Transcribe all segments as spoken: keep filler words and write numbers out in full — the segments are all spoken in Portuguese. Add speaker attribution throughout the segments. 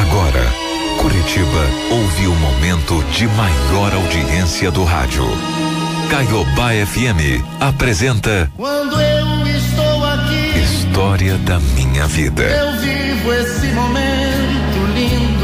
Speaker 1: Agora, Curitiba ouve o momento de maior audiência do rádio. Caiobá F M apresenta
Speaker 2: Quando eu estou aqui,
Speaker 1: História da Minha Vida.
Speaker 2: eu vivo esse momento lindo.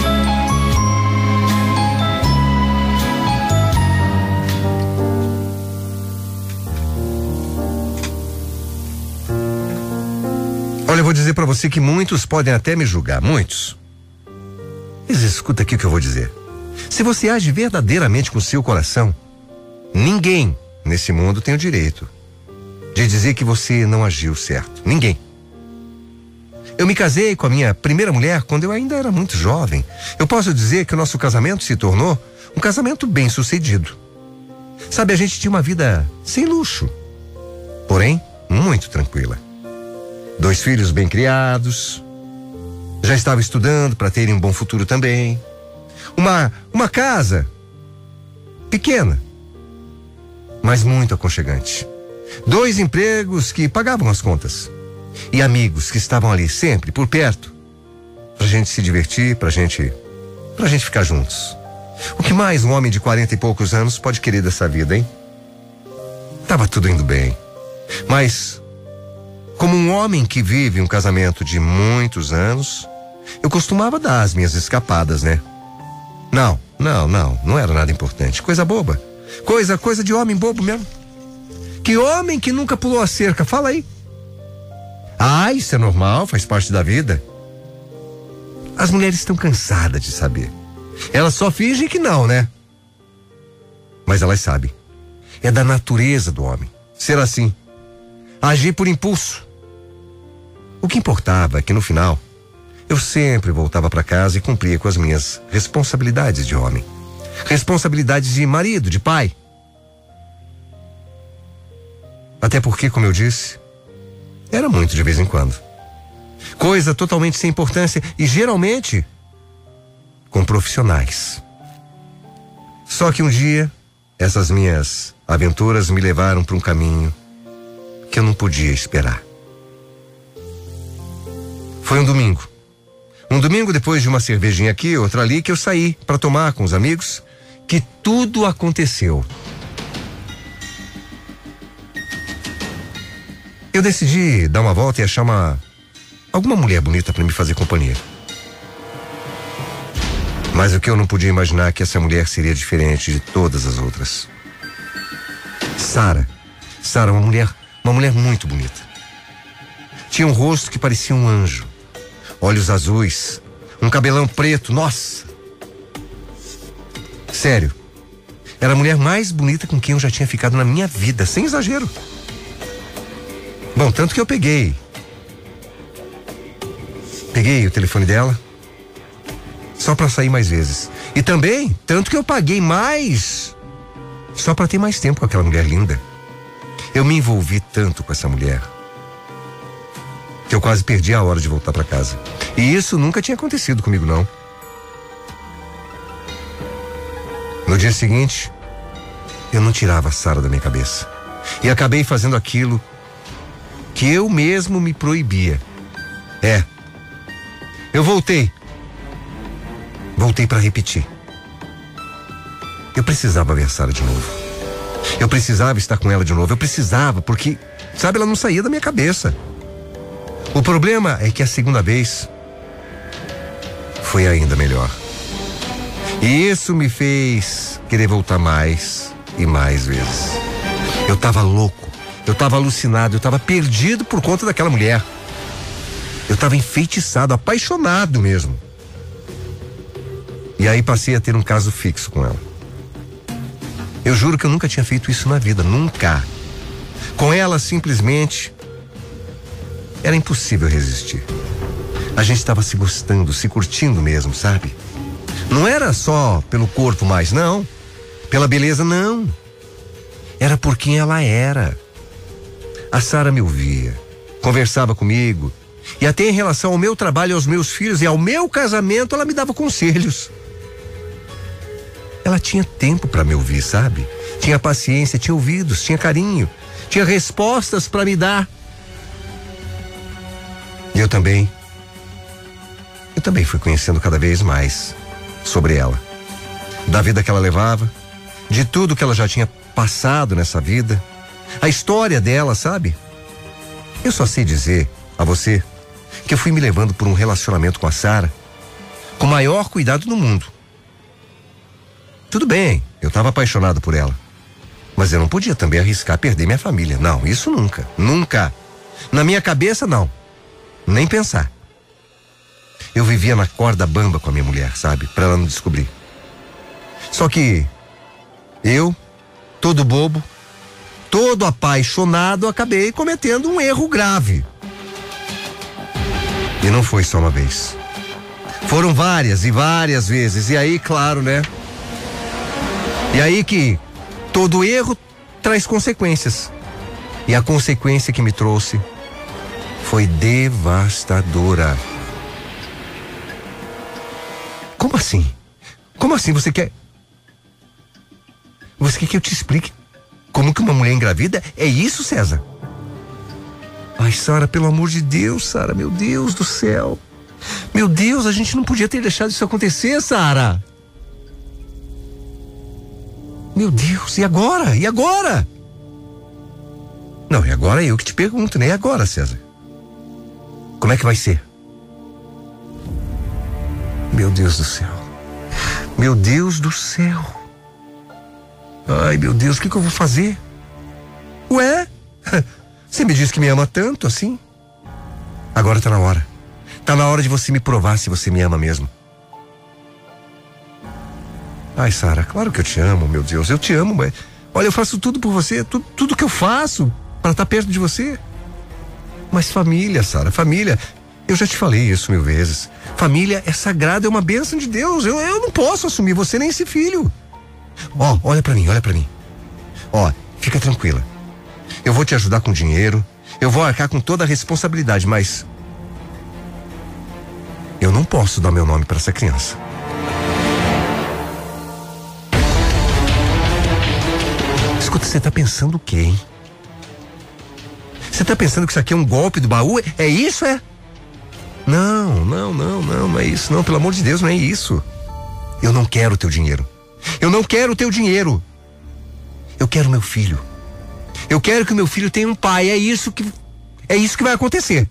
Speaker 3: Olha, eu vou dizer pra você que muitos podem até me julgar, muitos. Mas escuta aqui o que eu vou dizer. Se você age verdadeiramente com o seu coração, ninguém nesse mundo tem o direito de dizer que você não agiu certo. Ninguém. Eu me casei com a minha primeira mulher quando eu ainda era muito jovem. Eu posso dizer que o nosso casamento se tornou um casamento bem sucedido. Sabe, a gente tinha uma vida sem luxo, porém muito tranquila. Dois filhos bem criados, já estava estudando para terem um bom futuro também. Uma, uma casa pequena, mas muito aconchegante. Dois empregos que pagavam as contas. E amigos que estavam ali sempre por perto, pra gente se divertir, pra gente, pra gente ficar juntos. O que mais um homem de quarenta e poucos anos pode querer dessa vida, hein? Tava tudo indo bem. Mas, como um homem que vive um casamento de muitos anos, eu costumava dar as minhas escapadas, né? Não, não, não, não era nada importante. Coisa boba. Coisa, coisa de homem bobo mesmo. Que homem que nunca pulou a cerca? Fala aí. Ah, isso é normal, faz parte da vida. As mulheres estão cansadas de saber. Elas só fingem que não, né? Mas elas sabem. É da natureza do homem ser assim. Agir por impulso. O que importava é que no final, eu sempre voltava para casa e cumpria com as minhas responsabilidades de homem. Responsabilidades de marido, de pai. Até porque, como eu disse, era muito de vez em quando. Coisa totalmente sem importância e geralmente com profissionais. Só que um dia, essas minhas aventuras me levaram para um caminho que eu não podia esperar. Foi um domingo. Um domingo depois de uma cervejinha aqui, outra ali, que eu saí para tomar com os amigos, que tudo aconteceu. Eu decidi dar uma volta e achar uma alguma mulher bonita para me fazer companhia. Mas o que eu não podia imaginar é que essa mulher seria diferente de todas as outras. Sara. Sara, uma mulher, uma mulher muito bonita. Tinha um rosto que parecia um anjo. Olhos azuis, um cabelão preto, nossa! Sério, era a mulher mais bonita com quem eu já tinha ficado na minha vida, sem exagero. Bom, tanto que eu peguei. Peguei o telefone dela, só pra sair mais vezes. E também, tanto que eu paguei mais, só pra ter mais tempo com aquela mulher linda. Eu me envolvi tanto com essa mulher que eu quase perdi a hora de voltar pra casa. E isso nunca tinha acontecido comigo, não. No dia seguinte, eu não tirava a Sara da minha cabeça. E acabei fazendo aquilo que eu mesmo me proibia. É. Eu voltei. Voltei pra repetir. Eu precisava ver a Sara de novo. Eu precisava estar com ela de novo. Eu precisava, porque, sabe, ela não saía da minha cabeça. O problema é que a segunda vez foi ainda melhor. E isso me fez querer voltar mais e mais vezes. Eu tava louco, eu tava alucinado, eu tava perdido por conta daquela mulher. Eu tava enfeitiçado, apaixonado mesmo. E aí passei a ter um caso fixo com ela. Eu juro que eu nunca tinha feito isso na vida, nunca. Com ela simplesmente era impossível resistir. A gente estava se gostando, se curtindo mesmo, sabe? Não era só pelo corpo mais, não. Pela beleza, não. Era por quem ela era. A Sara me ouvia, conversava comigo. E até em relação ao meu trabalho, aos meus filhos e ao meu casamento, ela me dava conselhos. Ela tinha tempo para me ouvir, sabe? Tinha paciência, tinha ouvidos, tinha carinho, tinha respostas para me dar. E eu também. eu também fui conhecendo cada vez mais sobre ela. Da vida que ela levava, de tudo que ela já tinha passado nessa vida, a história dela, sabe? Eu só sei dizer a você que eu fui me levando por um relacionamento com a Sara com o maior cuidado do mundo. Tudo bem, eu estava apaixonado por ela, mas eu não podia também arriscar perder minha família. Não, isso nunca, nunca. Na minha cabeça, não. Nem pensar. Eu vivia na corda bamba com a minha mulher, sabe? Pra ela não descobrir. Só que eu, todo bobo, todo apaixonado, acabei cometendo um erro grave. E não foi só uma vez. Foram várias e várias vezes. E aí, claro, né? E aí que todo erro traz consequências. E a consequência que me trouxe foi devastadora. Como assim? Como assim? Você quer... Você quer que eu te explique como que uma mulher engravida? É isso, César? Ai, Sara, pelo amor de Deus, Sara, meu Deus do céu. Meu Deus, a gente não podia ter deixado isso acontecer, Sara. Meu Deus, e agora? E agora? Não, e agora é eu que te pergunto, né? E agora, César? Como é que vai ser? Meu Deus do céu. Meu Deus do céu. Ai, meu Deus, o que que eu vou fazer? Ué? Você me disse que me ama tanto assim? Agora tá na hora. Tá na hora de você me provar se você me ama mesmo. Ai, Sara, claro que eu te amo, meu Deus. Eu te amo, mas... Olha, eu faço tudo por você. Tudo, tudo que eu faço para estar perto de você. Mas família, Sara, família... Eu já te falei isso mil vezes. Família é sagrada, é uma bênção de Deus. Eu, eu não posso assumir você nem esse filho. Ó, oh, olha pra mim, olha pra mim. Ó, oh, fica tranquila. Eu vou te ajudar com dinheiro. Eu vou arcar com toda a responsabilidade, mas... eu não posso dar meu nome pra essa criança. Escuta, você tá pensando o quê, hein? Você tá pensando que isso aqui é um golpe do baú? É isso, é? Não, não, não, não, não é isso, não, pelo amor de Deus, não é isso. Eu não quero o teu dinheiro. Eu não quero o teu dinheiro. Eu quero meu filho. Eu quero que o meu filho tenha um pai, é isso que, é isso que vai acontecer.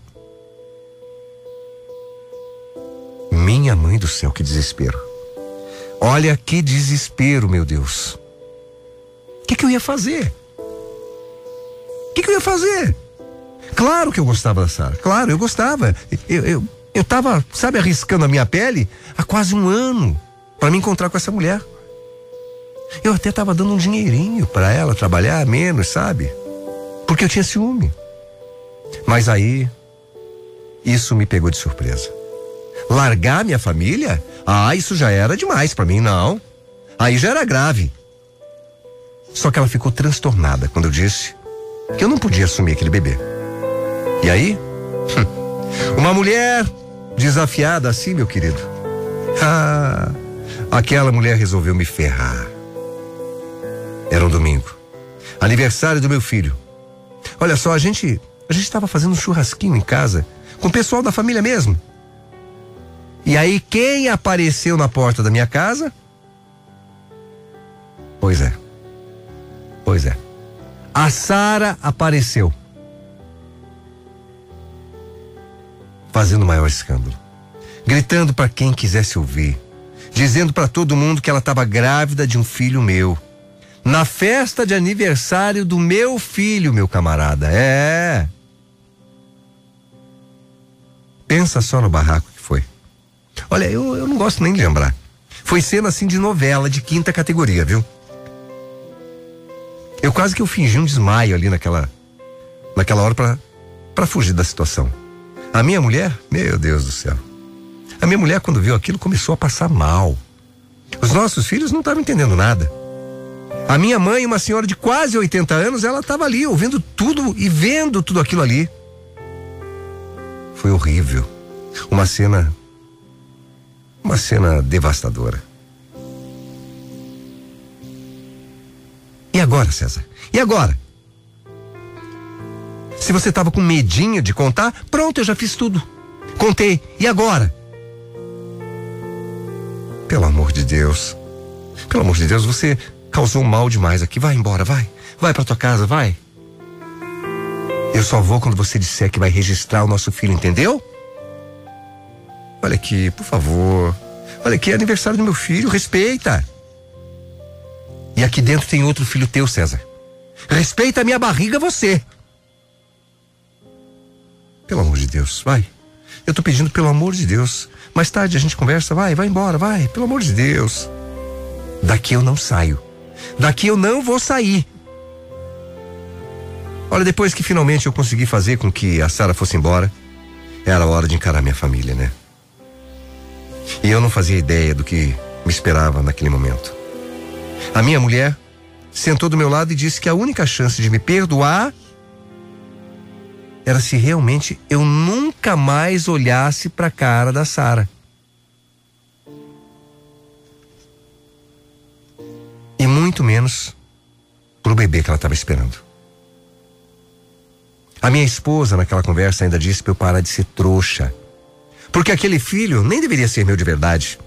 Speaker 3: Minha mãe do céu, que desespero. Olha que desespero, meu Deus. O que que eu ia fazer? O que que eu ia fazer? Claro que eu gostava da Sara, claro, eu gostava. Eu, eu, eu tava, sabe, arriscando a minha pele há quase um ano para me encontrar com essa mulher. Eu até tava dando um dinheirinho para ela trabalhar menos, sabe? Porque eu tinha ciúme. Mas aí, isso me pegou de surpresa. Largar minha família? Ah, isso já era demais para mim, não. Aí já era grave. Só que ela ficou transtornada quando eu disse que eu não podia assumir aquele bebê. E aí, uma mulher desafiada assim, meu querido. Ah, aquela mulher resolveu me ferrar. Era um domingo, aniversário do meu filho. Olha só, a gente a gente estava fazendo um churrasquinho em casa com o pessoal da família mesmo. E aí quem apareceu na porta da minha casa? Pois é. Pois é. A Sara apareceu. Fazendo o maior escândalo, gritando para quem quisesse ouvir, dizendo para todo mundo que ela estava grávida de um filho meu, na festa de aniversário do meu filho, meu camarada. É. Pensa só no barraco que foi. Olha, eu, eu não gosto nem de lembrar. Foi cena assim de novela de quinta categoria, viu? Eu quase que eu fingi um desmaio ali naquela naquela hora para para fugir da situação. A minha mulher, meu Deus do céu. A minha mulher, quando viu aquilo, começou a passar mal. Os nossos filhos não estavam entendendo nada. A minha mãe, uma senhora de quase oitenta anos, ela estava ali, ouvindo tudo e vendo tudo aquilo ali. Foi horrível. Uma cena, uma cena devastadora. E agora, César? E agora? Se você estava com medinho de contar, pronto, eu já fiz tudo. Contei. E agora? amor de Deus. Pelo amor de Deus, você causou mal demais aqui. Vai embora, vai. Vai pra tua casa, vai. Eu só vou quando você disser que vai registrar o nosso filho, entendeu? Olha aqui, por favor. Olha aqui, é aniversário do meu filho, respeita. E aqui dentro tem outro filho teu, César. Respeita a minha barriga, você. Pelo amor de Deus, vai. Eu tô pedindo pelo amor de Deus. Mais tarde a gente conversa, vai, vai embora, vai. Pelo amor de Deus. Daqui eu não saio. Daqui eu não vou sair. Olha, depois que finalmente eu consegui fazer com que a Sara fosse embora, era hora de encarar minha família, né? E eu não fazia ideia do que me esperava naquele momento. A minha mulher sentou do meu lado e disse que a única chance de me perdoar era se realmente eu nunca mais olhasse para a cara da Sara. E muito menos pro bebê que ela estava esperando. A minha esposa naquela conversa ainda disse para eu parar de ser trouxa, porque aquele filho nem deveria ser meu de verdade.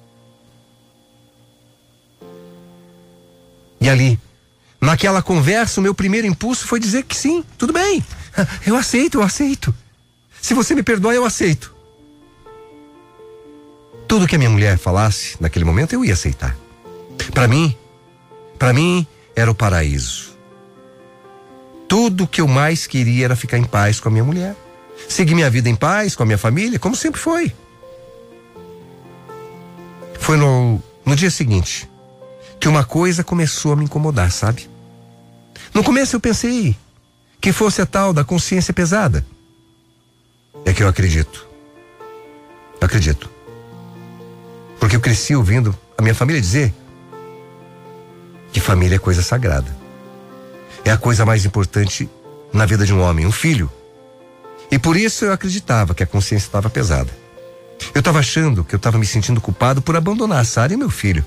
Speaker 3: E ali, naquela conversa, o meu primeiro impulso foi dizer que sim, tudo bem. Eu aceito, eu aceito. Se você me perdoar, eu aceito. Tudo que a minha mulher falasse naquele momento, eu ia aceitar. Para mim, para mim era o paraíso. Tudo que eu mais queria era ficar em paz com a minha mulher. Seguir minha vida em paz com a minha família, como sempre foi. Foi no, no dia seguinte que uma coisa começou a me incomodar, sabe? No começo eu pensei que fosse a tal da consciência pesada. É que eu acredito. Eu acredito. Porque eu cresci ouvindo a minha família dizer que família é coisa sagrada. É a coisa mais importante na vida de um homem, um filho. E por isso eu acreditava que a consciência estava pesada. Eu estava achando que eu estava me sentindo culpado por abandonar a Sara e meu filho.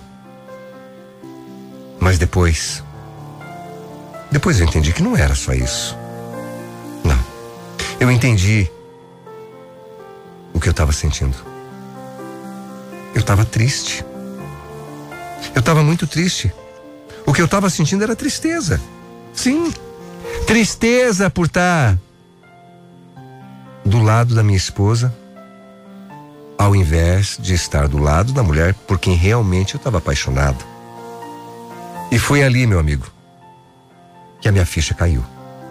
Speaker 3: Mas depois, depois eu entendi que não era só isso. Não. Eu entendi o que eu estava sentindo. Eu estava triste. Eu estava muito triste. O que eu estava sentindo era tristeza. Sim, tristeza por estar do lado da minha esposa, ao invés de estar do lado da mulher por quem realmente eu estava apaixonado. E foi ali, meu amigo, que a minha ficha caiu.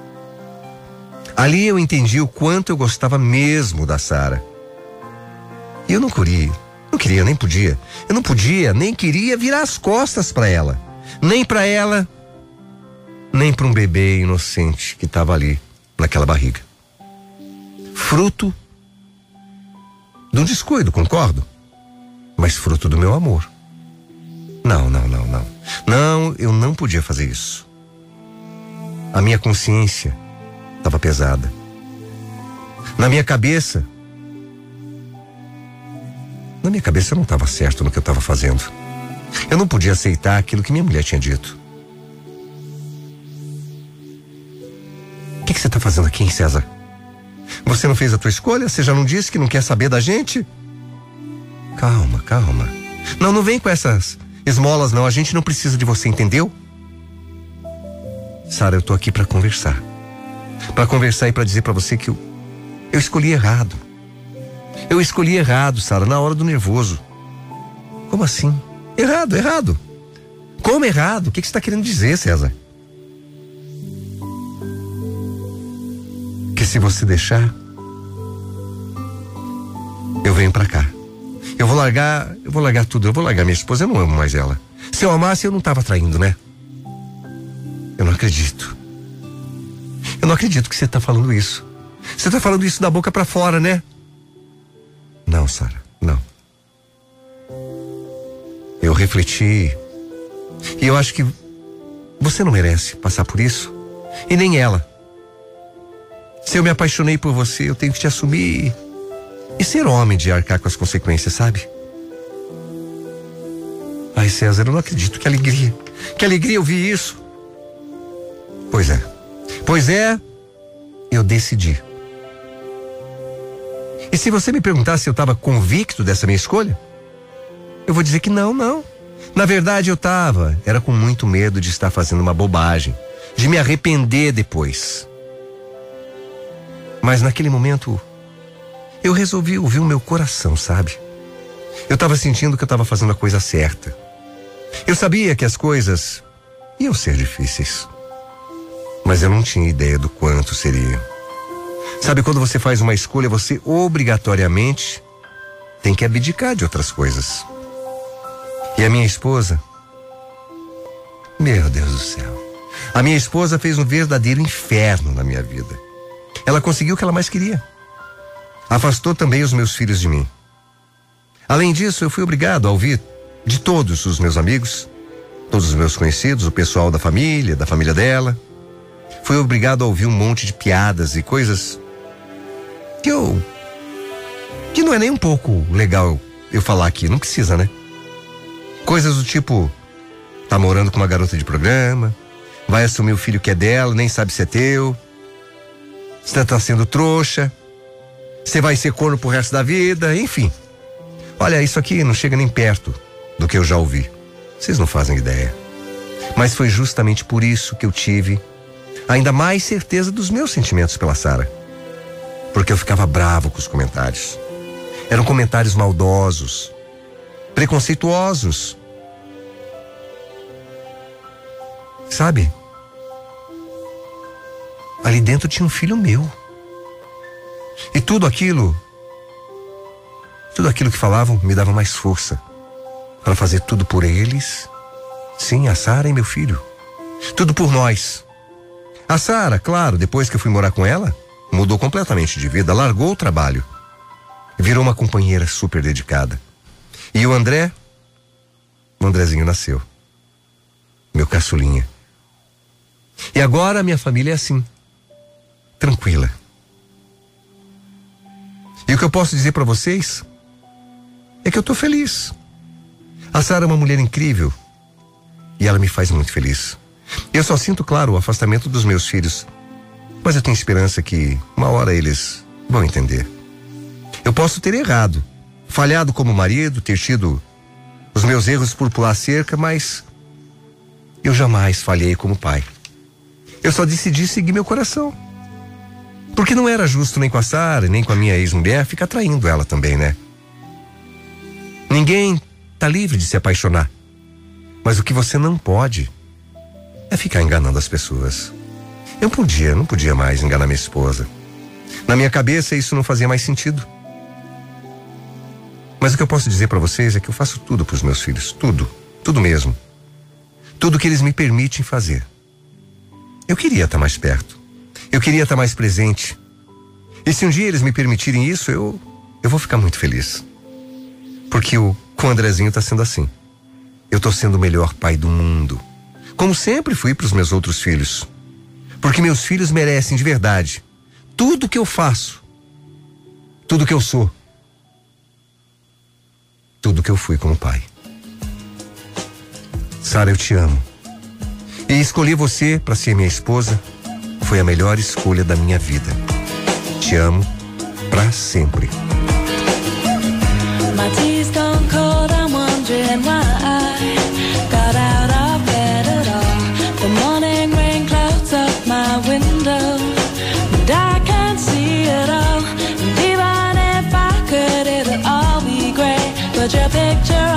Speaker 3: Ali eu entendi o quanto eu gostava mesmo da Sara. E eu não queria, não queria, nem podia. Eu não podia, nem queria virar as costas para ela. Nem para ela, nem para um bebê inocente que estava ali naquela barriga. Fruto de um descuido, concordo, mas fruto do meu amor. Não, não, não, não. Não, eu não podia fazer isso. A minha consciência estava pesada. Na minha cabeça, na minha cabeça eu não estava certo no que eu estava fazendo. Eu não podia aceitar aquilo que minha mulher tinha dito. O que, que você está fazendo aqui, hein, César? Você não fez a tua escolha? Você já não disse que não quer saber da gente? Calma, calma. Não, não vem com essas esmolas, não. A gente não precisa de você, entendeu? Sara, eu tô aqui para conversar. Para conversar e para dizer para você que eu, eu escolhi errado. Eu escolhi errado, Sara, na hora do nervoso. Como assim? Errado, errado. Como errado? O que, que você está querendo dizer, César? Que se você deixar, eu venho pra cá. Eu vou largar, eu vou largar tudo, eu vou largar minha esposa, eu não amo mais ela. Se eu amasse, eu não tava traindo, né? Eu não acredito. Eu não acredito que você tá falando isso. Você tá falando isso da boca pra fora, né? Não, Sara, não. Eu refleti e eu acho que você não merece passar por isso, e nem ela. Se eu me apaixonei por você, eu tenho que te assumir e ser homem de arcar com as consequências, sabe? Ai, César, eu não acredito. Que alegria. Que alegria ouvir isso. Pois é. Pois é, eu decidi. E se você me perguntasse se eu estava convicto dessa minha escolha, Eu vou dizer que não, não. Na verdade eu tava, era com muito medo de estar fazendo uma bobagem, de me arrepender depois. Mas naquele momento, eu resolvi ouvir o meu coração, sabe? Eu tava sentindo que eu tava fazendo a coisa certa. Eu sabia que as coisas iam ser difíceis, mas eu não tinha ideia do quanto seria. Sabe, quando você faz uma escolha, você obrigatoriamente tem que abdicar de outras coisas. E a minha esposa, meu Deus do céu, a minha esposa fez um verdadeiro inferno na minha vida. Ela conseguiu o que ela mais queria. Afastou também os meus filhos de mim. Além disso, eu fui obrigado a ouvir de todos os meus amigos, todos os meus conhecidos, o pessoal da família, da família dela. Fui obrigado a ouvir um monte de piadas e coisas que eu... que não é nem um pouco legal eu falar aqui, não precisa, né? Coisas do tipo, tá morando com uma garota de programa, vai assumir o filho que é dela, nem sabe se é teu, você tá sendo trouxa, você vai ser corno pro resto da vida, enfim. Olha, isso aqui não chega nem perto do que eu já ouvi. Vocês não fazem ideia. Mas foi justamente por isso que eu tive ainda mais certeza dos meus sentimentos pela Sara. Porque eu ficava bravo com os comentários. Eram comentários maldosos, preconceituosos. Sabe? Ali dentro tinha um filho meu. E tudo aquilo, tudo aquilo que falavam me dava mais força para fazer tudo por eles. Sim, a Sara e meu filho. Tudo por nós. A Sara, claro, depois que eu fui morar com ela, mudou completamente de vida, largou o trabalho. Virou uma companheira super dedicada. E o André, o Andrezinho nasceu. Meu caçulinha. E agora a minha família é assim, tranquila. E o que eu posso dizer para vocês é que eu tô feliz. A Sara é uma mulher incrível e ela me faz muito feliz. Eu só sinto, claro, o afastamento dos meus filhos, mas eu tenho esperança que uma hora eles vão entender. Eu posso ter errado, falhado como marido, ter tido os meus erros por pular cerca, mas eu jamais falhei como pai. Eu só decidi seguir meu coração. Porque não era justo nem com a Sara, nem com a minha ex-mulher ficar traindo ela também, né? Ninguém tá livre de se apaixonar. Mas o que você não pode é ficar enganando as pessoas. Eu podia, não podia mais enganar minha esposa. Na minha cabeça isso não fazia mais sentido. Mas o que eu posso dizer para vocês é que eu faço tudo pros meus filhos, tudo, tudo mesmo. Tudo que eles me permitem fazer. Eu queria estar mais perto. Eu queria estar mais presente. E se um dia eles me permitirem isso, eu, eu vou ficar muito feliz. Porque o, com o Andrezinho tá sendo assim. Eu tô sendo o melhor pai do mundo. Como sempre fui pros meus outros filhos. Porque meus filhos merecem de verdade tudo que eu faço. Tudo que eu sou. Tudo que eu fui como pai. Sara, eu te amo. E escolher você para ser minha esposa foi a melhor escolha da minha vida. Te amo pra sempre.
Speaker 4: My tea's gone cold, I'm wondering why I got out of bed at all. The morning rain clouds up my window, and I can't see it all. And even if I could, it'll all be great. But your picture